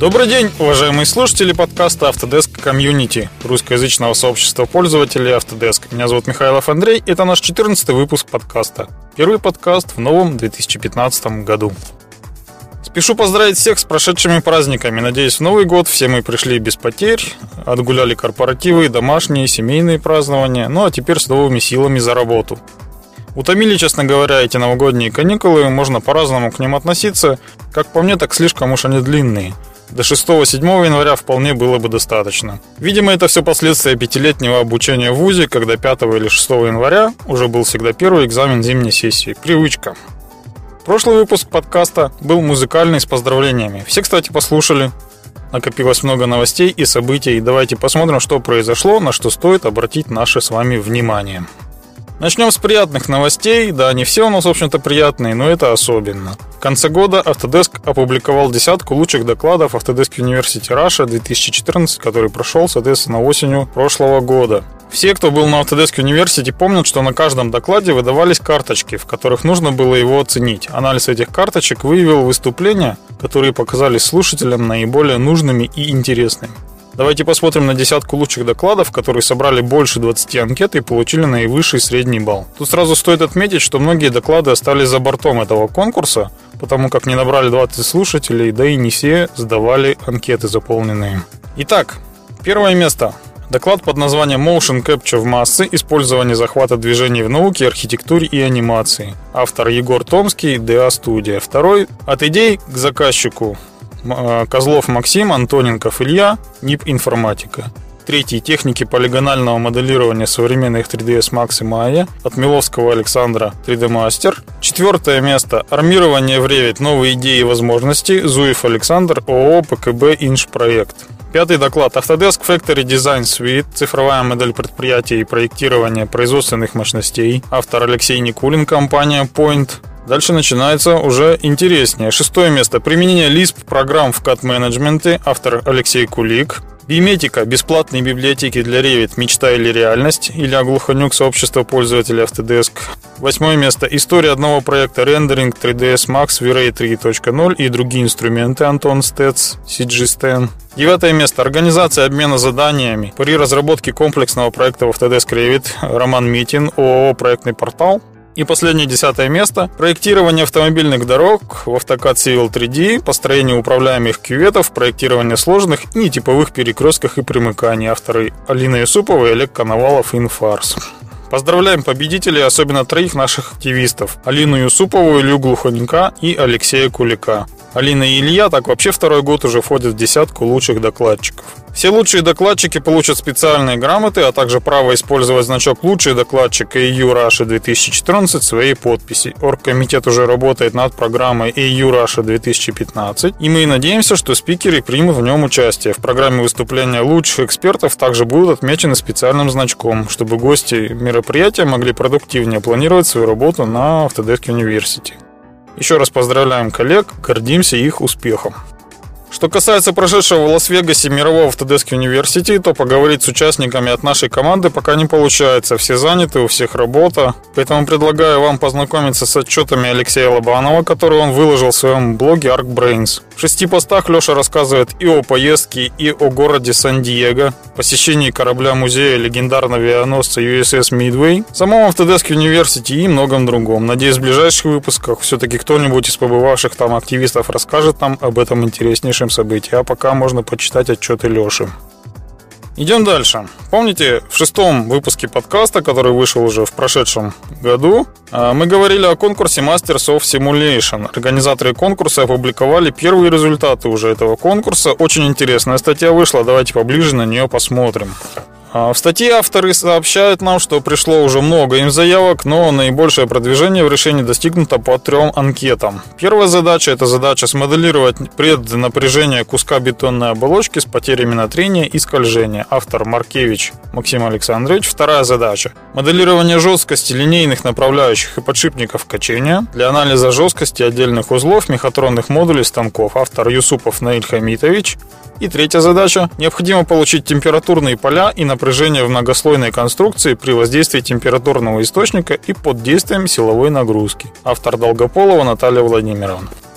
Добрый день, уважаемые слушатели подкаста Autodesk Community, русскоязычного сообщества пользователей Autodesk. Меня зовут Михайлов Андрей, это наш 14-й выпуск подкаста. Первый подкаст в новом 2015 году. Спешу поздравить всех с прошедшими праздниками. Надеюсь, в Новый год все мы пришли без потерь, отгуляли корпоративы, домашние, семейные празднования, ну а теперь с новыми силами за работу. Утомили, честно говоря, эти новогодние каникулы, можно по-разному к ним относиться. Как по мне, так слишком уж они длинные. До 6-7 января вполне было бы достаточно. Видимо, это все последствия пятилетнего обучения в ВУЗе, когда 5 или 6 января уже был всегда первый экзамен зимней сессии. Привычка. Прошлый выпуск подкаста был музыкальный с поздравлениями. Все, кстати, послушали. Накопилось много новостей и событий. Давайте посмотрим, что произошло, на что стоит обратить наше с вами внимание. Начнем с приятных новостей. Да, не все у нас, в общем-то, приятные, но это особенно. В конце года Autodesk опубликовал десятку лучших докладов Autodesk University Russia 2014, который прошел, соответственно, осенью прошлого года. Все, кто был на Autodesk University, помнят, что на каждом докладе выдавались карточки, в которых нужно было его оценить. Анализ этих карточек выявил выступления, которые показались слушателям наиболее нужными и интересными. Давайте посмотрим на десятку лучших докладов, которые собрали больше 20 анкет и получили наивысший средний балл. Тут сразу стоит отметить, что многие доклады остались за бортом этого конкурса, потому как не набрали 20 слушателей, да и не все сдавали анкеты заполненные. Итак, первое место. Доклад под названием Motion Capture в массы. Использование захвата движений в науке, архитектуре и анимации. Автор Егор Томский, DA Studio. Второй. От идей к заказчику. Козлов Максим, Антоненков Илья, НИП Информатика. Третий. Техники полигонального моделирования современных 3ds Max и Maya. От Миловского Александра, 3D Master. Четвертое место. Армирование в Revit. Новые идеи и возможности. Зуев Александр, ООО ПКБ Инж Проект. Пятый доклад. Autodesk Factory Design Suite. Цифровая модель предприятия и проектирование производственных мощностей. Автор Алексей Никулин, компания Point. Дальше начинается уже интереснее. Шестое место. Применение Lisp программ в CAD-менеджменте. Автор Алексей Кулик. Биметика. Бесплатные библиотеки для Revit. Мечта или реальность. Илья Глуханюк, сообщество пользователей Autodesk. Восьмое место. История одного проекта. Рендеринг 3ds Max V-Ray 3.0 и другие инструменты. Антон Стец, CG Stan. Девятое место. Организация обмена заданиями при разработке комплексного проекта в Autodesk Revit. Роман Митин, ООО «Проектный портал». И последнее, 10 место. Проектирование автомобильных дорог в AutoCAD Civil 3D, построение управляемых кюветов, проектирование сложных и нетиповых перекрестках и примыканий. Авторы Алина Юсупова и Олег Коновалов, Инфарс. Поздравляем победителей, особенно троих наших активистов. Алину Юсупову, Илью Глуханюка и Алексея Кулика. Алина и Илья так вообще второй год уже входят в десятку лучших докладчиков. Все лучшие докладчики получат специальные грамоты, а также право использовать значок «Лучший докладчик AU Russia 2014» в своей подписи. Оргкомитет уже работает над программой AU Russia 2015, и мы надеемся, что спикеры примут в нем участие. В программе выступления лучших экспертов также будут отмечены специальным значком, чтобы гости мероприятия могли продуктивнее планировать свою работу на Autodesk University. Еще раз поздравляем коллег, гордимся их успехом. Что касается прошедшего в Лас-Вегасе мирового Autodesk University, то поговорить с участниками от нашей команды пока не получается. Все заняты, у всех работа. Поэтому предлагаю вам познакомиться с отчетами Алексея Лобанова, которые он выложил в своем блоге ArcBrains. В 6 постах Леша рассказывает и о поездке, и о городе Сан-Диего, посещении корабля-музея легендарного авианосца USS Midway, самом Autodesk University и многом другом. Надеюсь, в ближайших выпусках все-таки кто-нибудь из побывавших там активистов расскажет нам об этом интереснейшем событии, а пока можно почитать отчеты Леши. Идем дальше. Помните, в 6-м выпуске подкаста, который вышел уже в прошедшем году, мы говорили о конкурсе Masters of Simulation. Организаторы конкурса опубликовали первые результаты уже этого конкурса. Очень интересная статья вышла, давайте поближе на нее посмотрим. В статье авторы сообщают нам, что пришло уже много им заявок, но наибольшее продвижение в решении достигнуто по 3 анкетам. Первая задача – это задача смоделировать преднапряжение куска бетонной оболочки с потерями на трения и скольжения. Автор Маркевич Максим Александрович. Вторая задача – моделирование жесткости линейных направляющих и подшипников качения для анализа жесткости отдельных узлов, мехатронных модулей станков. Автор Юсупов Наиль Хамитович. И третья задача – необходимо получить температурные поля и напряжение в многослойной конструкции при воздействии температурного источника и под действием силовой нагрузки. Автор Долгополова Наталья Владимировна.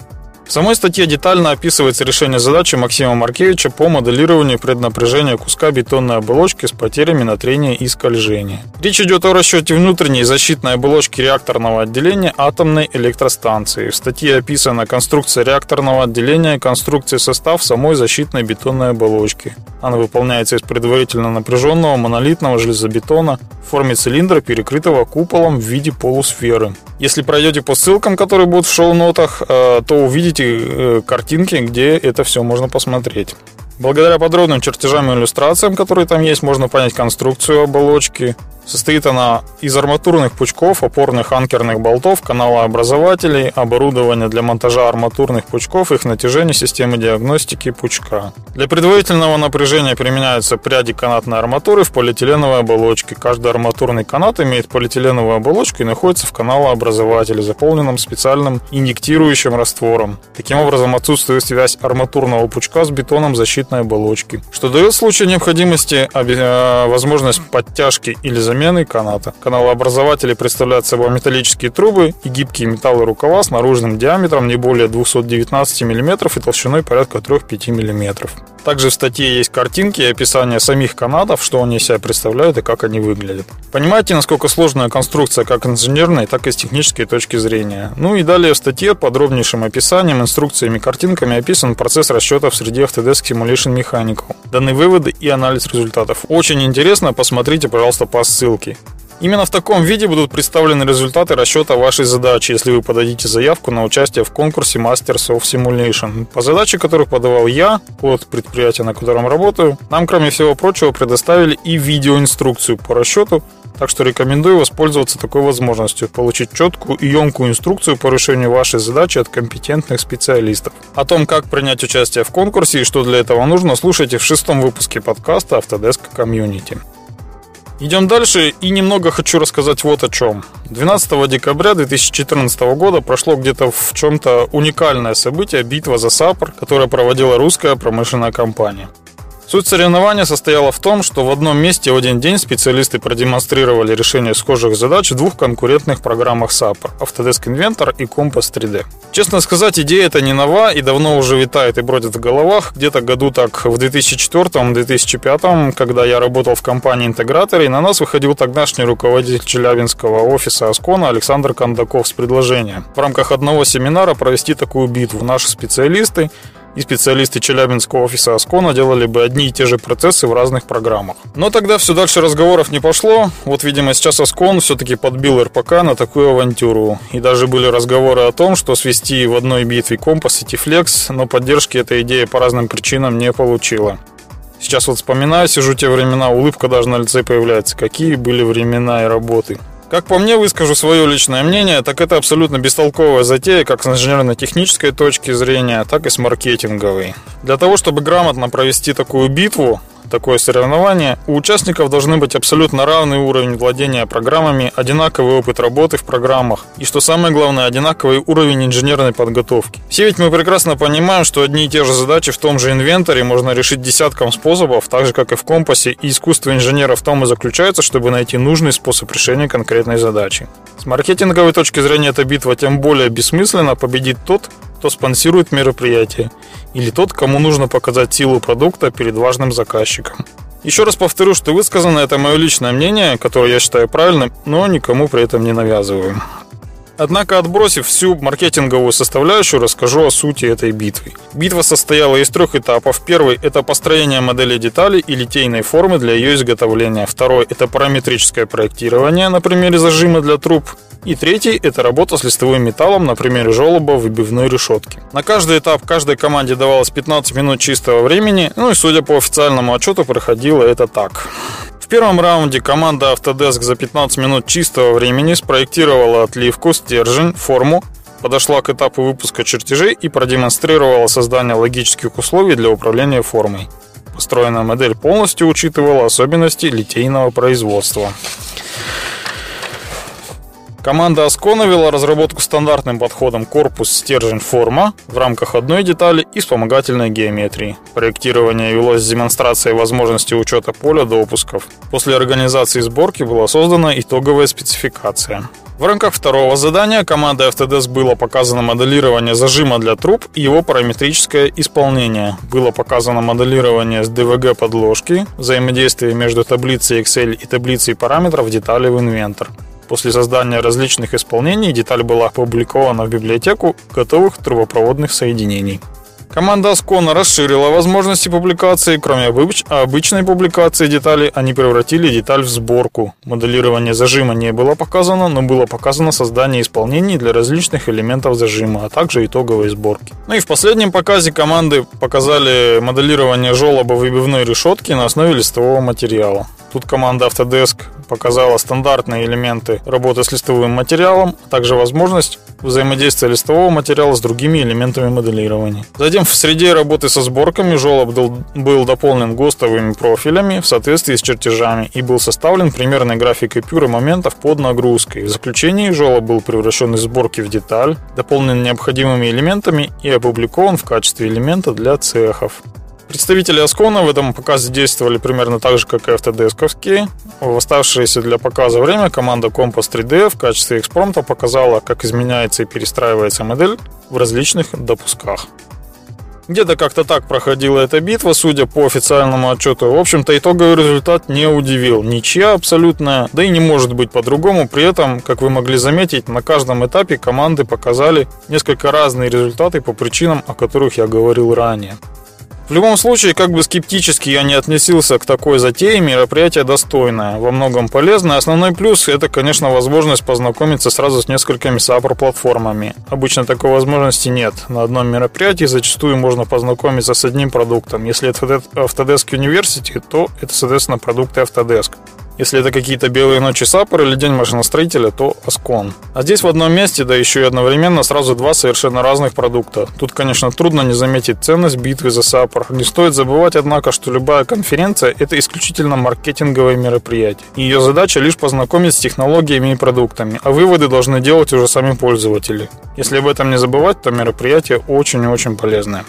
В самой статье детально описывается решение задачи Максима Маркевича по моделированию преднапряжения куска бетонной оболочки с потерями на трения и скольжения. Речь идет о расчете внутренней защитной оболочки реакторного отделения атомной электростанции. В статье описана конструкция реакторного отделения, конструкция и состав самой защитной бетонной оболочки. Она выполняется из предварительно напряженного монолитного железобетона в форме цилиндра, перекрытого куполом в виде полусферы. Если пройдете по ссылкам, которые будут в шоу-нотах, то увидите картинки, где это все можно посмотреть. Благодаря подробным чертежам и иллюстрациям, которые там есть, можно понять конструкцию оболочки. Состоит она из арматурных пучков, опорных анкерных болтов, каналообразователей, оборудования для монтажа арматурных пучков, их натяжения, системы диагностики пучка. Для предварительного напряжения применяются пряди канатной арматуры в полиэтиленовой оболочке. Каждый арматурный канат имеет полиэтиленовую оболочку и находится в каналообразователе, заполненном специальным инъектирующим раствором. Таким образом, отсутствует связь арматурного пучка с бетоном защитной оболочки, что дает в случае необходимости возможность подтяжки или замены каната. Каналообразователи представляют собой металлические трубы и гибкие металлы рукава с наружным диаметром не более 219 мм и толщиной порядка 3-5 мм. Также в статье есть картинки и описание самих канатов, что они из себя представляют и как они выглядят. Понимаете, насколько сложная конструкция как с инженерной, так и с технической точки зрения. Ну и далее в статье подробнейшим описанием, инструкциями, картинками описан процесс расчета в среде Autodesk Simulation Mechanical. Даны выводы и анализ результатов. Очень интересно, посмотрите, пожалуйста, по ссылке. Именно в таком виде будут представлены результаты расчета вашей задачи, если вы подадите заявку на участие в конкурсе Masters of Simulation. По задаче, которую подавал я от предприятия, на котором работаю, нам, кроме всего прочего, предоставили и видеоинструкцию по расчету, так что рекомендую воспользоваться такой возможностью, получить четкую и емкую инструкцию по решению вашей задачи от компетентных специалистов. О том, как принять участие в конкурсе и что для этого нужно, слушайте в 6-м выпуске подкаста Autodesk Community. Идем дальше, и немного хочу рассказать вот о чем. 12 декабря 2014 года прошло где-то в чем-то уникальное событие — битва за Сапр, которую проводила русская промышленная компания. Суть соревнования состояла в том, что в одном месте в один день специалисты продемонстрировали решение схожих задач в двух конкурентных программах Сапр — Autodesk Inventor и Compass 3D. Честно сказать, идея эта не нова и давно уже витает и бродит в головах. Где-то году так в 2004-2005, когда я работал в компании-интеграторе, на нас выходил тогдашний руководитель челябинского офиса Аскона Александр Кондаков с предложением в рамках одного семинара провести такую битву. Наши специалисты и специалисты челябинского офиса Аскона делали бы одни и те же процессы в разных программах. Но тогда все дальше разговоров не пошло. Вот, видимо, сейчас Аскон все-таки подбил РПК на такую авантюру. И даже были разговоры о том, что свести в одной битве Compass и T-Flex, но поддержки эта идея по разным причинам не получила. Сейчас вот вспоминаю, сижу те времена, улыбка даже на лице появляется. Какие были времена и работы. Как по мне, выскажу свое личное мнение, так это абсолютно бестолковая затея, как с инженерно-технической точки зрения, так и с маркетинговой. Для того, чтобы грамотно провести такую битву, такое соревнование, у участников должны быть абсолютно равный уровень владения программами, одинаковый опыт работы в программах и, что самое главное, одинаковый уровень инженерной подготовки. Все ведь мы прекрасно понимаем, что одни и те же задачи в том же инвенторе можно решить десятком способов, так же, как и в Компасе, и искусство инженера в том и заключается, чтобы найти нужный способ решения конкретной задачи. С маркетинговой точки зрения эта битва тем более бессмысленна. Победит тот, кто спонсирует мероприятие, или тот, кому нужно показать силу продукта перед важным заказчиком. Еще раз повторю, что высказано это мое личное мнение, которое я считаю правильным, но никому при этом не навязываю. Однако, отбросив всю маркетинговую составляющую, расскажу о сути этой битвы. Битва состояла из 3 этапов. Первый – это построение модели деталей и литейной формы для ее изготовления. Второй – это параметрическое проектирование на примере зажима для труб. И третий – это работа с листовым металлом на примере желоба выбивной решетки. На каждый этап каждой команде давалось 15 минут чистого времени, и судя по официальному отчету, проходило это так. В первом раунде команда Autodesk за 15 минут чистого времени спроектировала отливку, стержень, форму, подошла к этапу выпуска чертежей и продемонстрировала создание логических условий для управления формой. Построенная модель полностью учитывала особенности литейного производства. Команда Ascona вела разработку стандартным подходом корпус, стержень, форма в рамках одной детали и вспомогательной геометрии. Проектирование велось с демонстрацией возможности учета поля допусков. После организации сборки была создана итоговая спецификация. В рамках второго задания командой Autodesk было показано моделирование зажима для труб и его параметрическое исполнение. Было показано моделирование с DVG подложки, взаимодействие между таблицей Excel и таблицей параметров деталей в инвентор. После создания различных исполнений деталь была опубликована в библиотеку готовых трубопроводных соединений. Команда Ascona расширила возможности публикации. Кроме обычной публикации деталей, они превратили деталь в сборку. Моделирование зажима не было показано, но было показано создание исполнений для различных элементов зажима, а также итоговой сборки. Ну и в последнем показе команды показали моделирование желоба выбивной решетки на основе листового материала. Тут команда Autodesk показала стандартные элементы работы с листовым материалом, а также возможность взаимодействия листового материала с другими элементами моделирования. Затем в среде работы со сборками желоб был дополнен ГОСТовыми профилями в соответствии с чертежами и был составлен примерной графикой пюры моментов под нагрузкой. В заключении желоб был превращен из сборки в деталь, дополнен необходимыми элементами и опубликован в качестве элемента для цехов. Представители Ascona в этом показе действовали примерно так же, как и автодесковские. В оставшееся для показа время команда Compass 3D в качестве экспромта показала, как изменяется и перестраивается модель в различных допусках. Где-то как-то так проходила эта битва, судя по официальному отчету. В общем-то, итоговый результат не удивил. Ничья абсолютная, да и не может быть по-другому. При этом, как вы могли заметить, на каждом этапе команды показали несколько разные результаты по причинам, о которых я говорил ранее. В любом случае, как бы скептически я не относился к такой затее, мероприятие достойное, во многом полезное. Основной плюс – это, конечно, возможность познакомиться сразу с несколькими SAPR-платформами. Обычно такой возможности нет. На одном мероприятии зачастую можно познакомиться с одним продуктом. Если это Autodesk University, то это, соответственно, продукты Autodesk. Если это какие-то белые ночи SAPR или день машиностроителя, то Ascon. А здесь в одном месте, да еще и одновременно, сразу два совершенно разных продукта. Тут, конечно, трудно не заметить ценность битвы за SAPR. Не стоит забывать, однако, что любая конференция – это исключительно маркетинговое мероприятие. И ее задача лишь познакомить с технологиями и продуктами, а выводы должны делать уже сами пользователи. Если об этом не забывать, то мероприятие очень и очень полезное.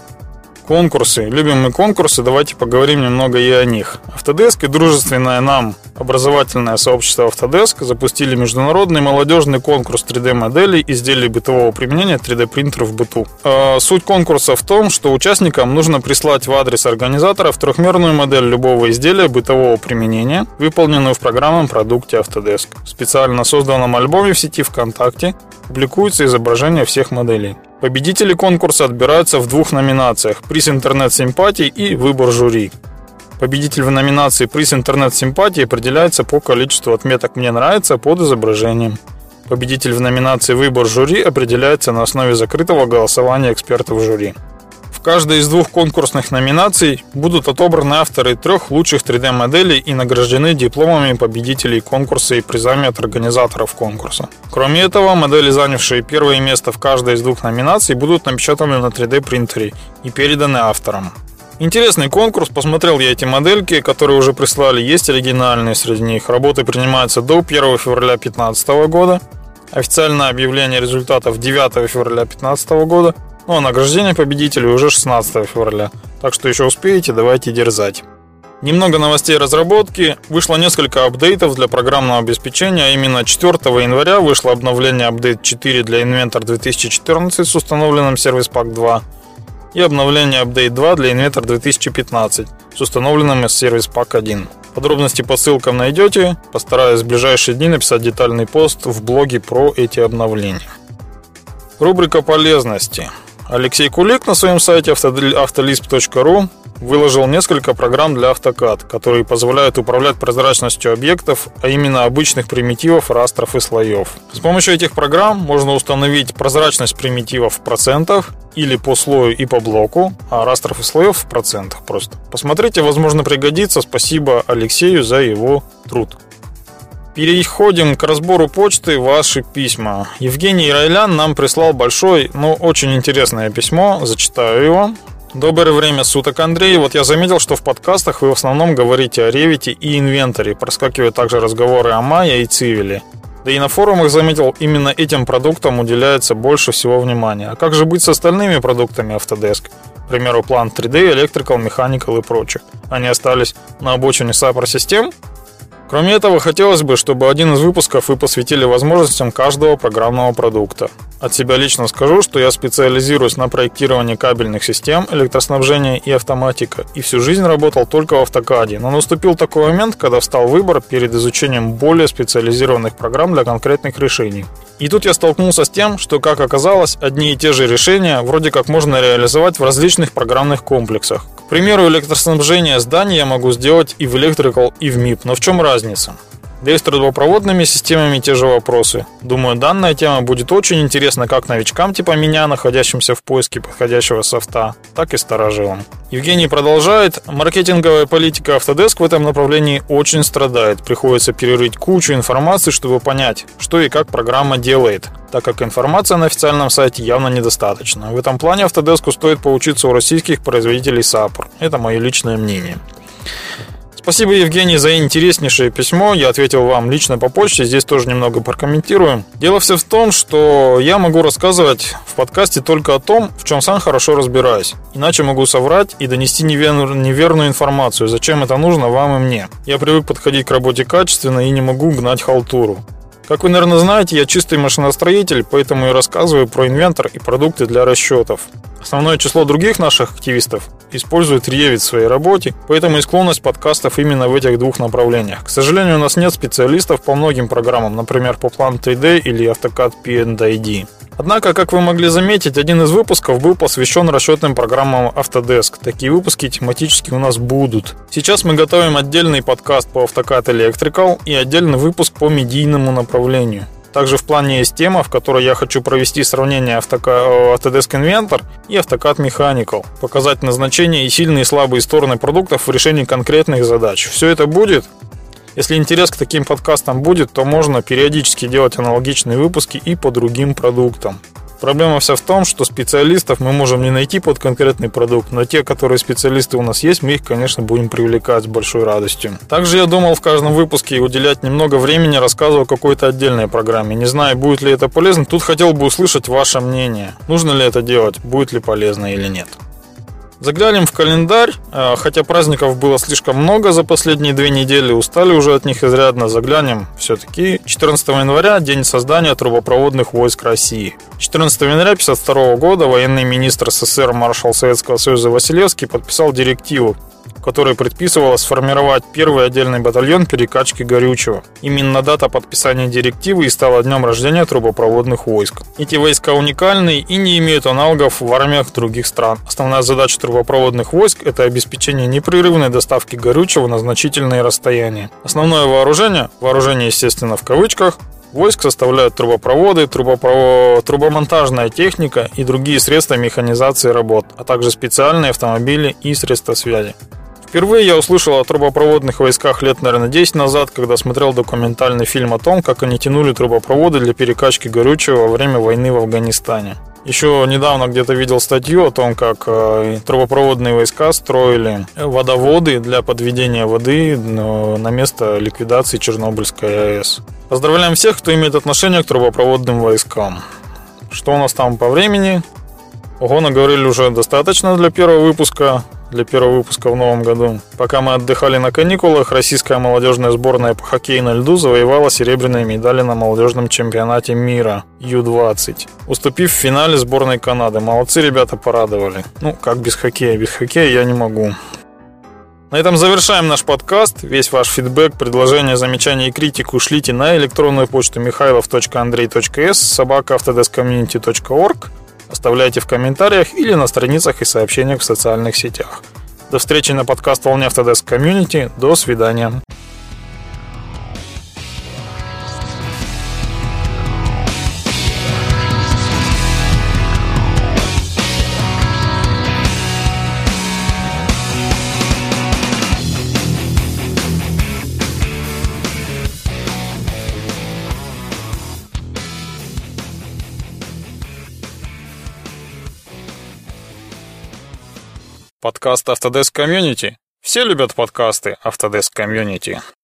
Конкурсы. Любим мы конкурсы, давайте поговорим немного и о них. Autodesk и дружественное нам образовательное сообщество Autodesk запустили международный молодежный конкурс 3D-моделей изделий бытового применения 3D-принтеров в быту. Суть конкурса в том, что участникам нужно прислать в адрес организаторов трехмерную модель любого изделия бытового применения, выполненную в программном продукте Autodesk. В специально созданном альбоме в сети ВКонтакте публикуются изображения всех моделей. Победители конкурса отбираются в двух номинациях: приз интернет-симпатии и выбор жюри. Победитель в номинации приз интернет-симпатии определяется по количеству отметок «Мне нравится» под изображением. Победитель в номинации выбор жюри определяется на основе закрытого голосования экспертов жюри. В каждой из двух конкурсных номинаций будут отобраны авторы трех лучших 3D-моделей и награждены дипломами победителей конкурса и призами от организаторов конкурса. Кроме этого, модели, занявшие первое место в каждой из двух номинаций, будут напечатаны на 3D-принтере и переданы авторам. Интересный конкурс, посмотрел я эти модельки, которые уже прислали, есть оригинальные среди них. Работы принимаются до 1 февраля 2015 года. Официальное объявление результатов 9 февраля 2015 года. Ну а награждение победителей уже 16 февраля. Так что еще успеете, давайте дерзать. Немного новостей разработки. Вышло несколько апдейтов для программного обеспечения, а именно 4 января вышло обновление Update 4 для Inventor 2014 с установленным Service Pack 2 и обновление Update 2 для Inventor 2015 с установленным Service Pack 1. Подробности по ссылкам найдете. Постараюсь в ближайшие дни написать детальный пост в блоге про эти обновления. Рубрика полезности. Алексей Кулик на своем сайте autolisp.ru выложил несколько программ для AutoCAD, которые позволяют управлять прозрачностью объектов, а именно обычных примитивов, растров и слоев. С помощью этих программ можно установить прозрачность примитивов в процентах или по слою и по блоку, а растров и слоев в процентах просто. Посмотрите, возможно, пригодится. Спасибо Алексею за его труд. Переходим к разбору почты, ваши письма. Евгений Райлян нам прислал большое, но очень интересное письмо. Зачитаю его. Доброе время суток, Андрей. Вот я заметил, что в подкастах вы в основном говорите о Revit и инвентаре. Проскакивают также разговоры о Maya и Civil. Да и на форумах заметил, именно этим продуктам уделяется больше всего внимания. А как же быть с остальными продуктами Autodesk? К примеру, Plant 3D, Electrical, Mechanical и прочих. Они остались на обочине SAPR-систем? Кроме этого, хотелось бы, чтобы один из выпусков вы посвятили возможностям каждого программного продукта. От себя лично скажу, что я специализируюсь на проектировании кабельных систем, электроснабжения и автоматика, и всю жизнь работал только в AutoCAD, но наступил такой момент, когда встал выбор перед изучением более специализированных программ для конкретных решений. И тут я столкнулся с тем, что, как оказалось, одни и те же решения вроде как можно реализовать в различных программных комплексах. К примеру, электроснабжение зданий я могу сделать и в Electrical, и в MIP, но в чем разница? Да и с трубопроводными системами те же вопросы. Думаю, данная тема будет очень интересна как новичкам типа меня, находящимся в поиске подходящего софта, так и старожилам. Евгений продолжает. Маркетинговая политика Autodesk в этом направлении очень страдает. Приходится перерыть кучу информации, чтобы понять, что и как программа делает, так как информация на официальном сайте явно недостаточно. В этом плане Autodesk стоит поучиться у российских производителей SAPR. Это мое личное мнение. Спасибо, Евгений, за интереснейшее письмо. Я ответил вам лично по почте, здесь тоже немного прокомментирую. Дело все в том, что я могу рассказывать в подкасте только о том, в чем сам хорошо разбираюсь. Иначе могу соврать и донести неверную информацию. Зачем это нужно вам и мне? Я привык подходить к работе качественно и не могу гнать халтуру. Как вы, наверное, знаете, я чистый машиностроитель, поэтому и рассказываю про инвентор и продукты для расчетов. Основное число других наших активистов использует Revit в своей работе, поэтому и склонность подкастов именно в этих двух направлениях. К сожалению, у нас нет специалистов по многим программам, например, по Plant 3D или AutoCAD P&ID. Однако, как вы могли заметить, один из выпусков был посвящен расчетным программам Autodesk. Такие выпуски тематически у нас будут. Сейчас мы готовим отдельный подкаст по AutoCAD Electrical и отдельный выпуск по медийному направлению. Также в плане есть тема, в которой я хочу провести сравнение Autodesk Inventor и AutoCAD Mechanical, показать назначение и сильные и слабые стороны продуктов в решении конкретных задач. Все это будет. Если интерес к таким подкастам будет, то можно периодически делать аналогичные выпуски и по другим продуктам. Проблема вся в том, что специалистов мы можем не найти под конкретный продукт, но те, которые специалисты у нас есть, мы их, конечно, будем привлекать с большой радостью. Также я думал в каждом выпуске уделять немного времени рассказу о какой-то отдельной программе. Не знаю, будет ли это полезно, тут хотел бы услышать ваше мнение. Нужно ли это делать, будет ли полезно или нет. Заглянем в календарь, хотя праздников было слишком много за последние 2 недели, устали уже от них изрядно, заглянем все-таки. 14 января – день создания трубопроводных войск России. 14 января 1952 года военный министр СССР маршал Советского Союза Василевский подписал директиву, в которой предписывалось сформировать первый отдельный батальон перекачки горючего. Именно дата подписания директивы и стала днем рождения трубопроводных войск. Эти войска уникальны и не имеют аналогов в армиях других стран. Основная задача трубопроводных войск – это обеспечение непрерывной доставки горючего на значительные расстояния. Основное вооружение, естественно в кавычках, войск составляют трубопроводы, трубомонтажная техника и другие средства механизации работ, а также специальные автомобили и средства связи. Впервые я услышал о трубопроводных войсках лет, наверное, 10 назад, когда смотрел документальный фильм о том, как они тянули трубопроводы для перекачки горючего во время войны в Афганистане. Еще недавно где-то видел статью о том, как трубопроводные войска строили водоводы для подведения воды на место ликвидации Чернобыльской АЭС. Поздравляем всех, кто имеет отношение к трубопроводным войскам. Что у нас там по времени? Ого, наговорили уже достаточно для первого выпуска в новом году. Пока мы отдыхали на каникулах, российская молодежная сборная по хоккею на льду завоевала серебряные медали на молодежном чемпионате мира Ю-20, уступив в финале сборной Канады. Молодцы, ребята, порадовали. Как без хоккея? Без хоккея я не могу. На этом завершаем наш подкаст. Весь ваш фидбэк, предложения, замечания и критику шлите на электронную почту mikhailov.andrey.s@autodeskcommunity.org. Оставляйте в комментариях или на страницах и сообщениях в социальных сетях. До встречи на подкаст-волне Autodesk Community. До свидания. Подкаст Autodesk Community. Все любят подкасты Autodesk Community.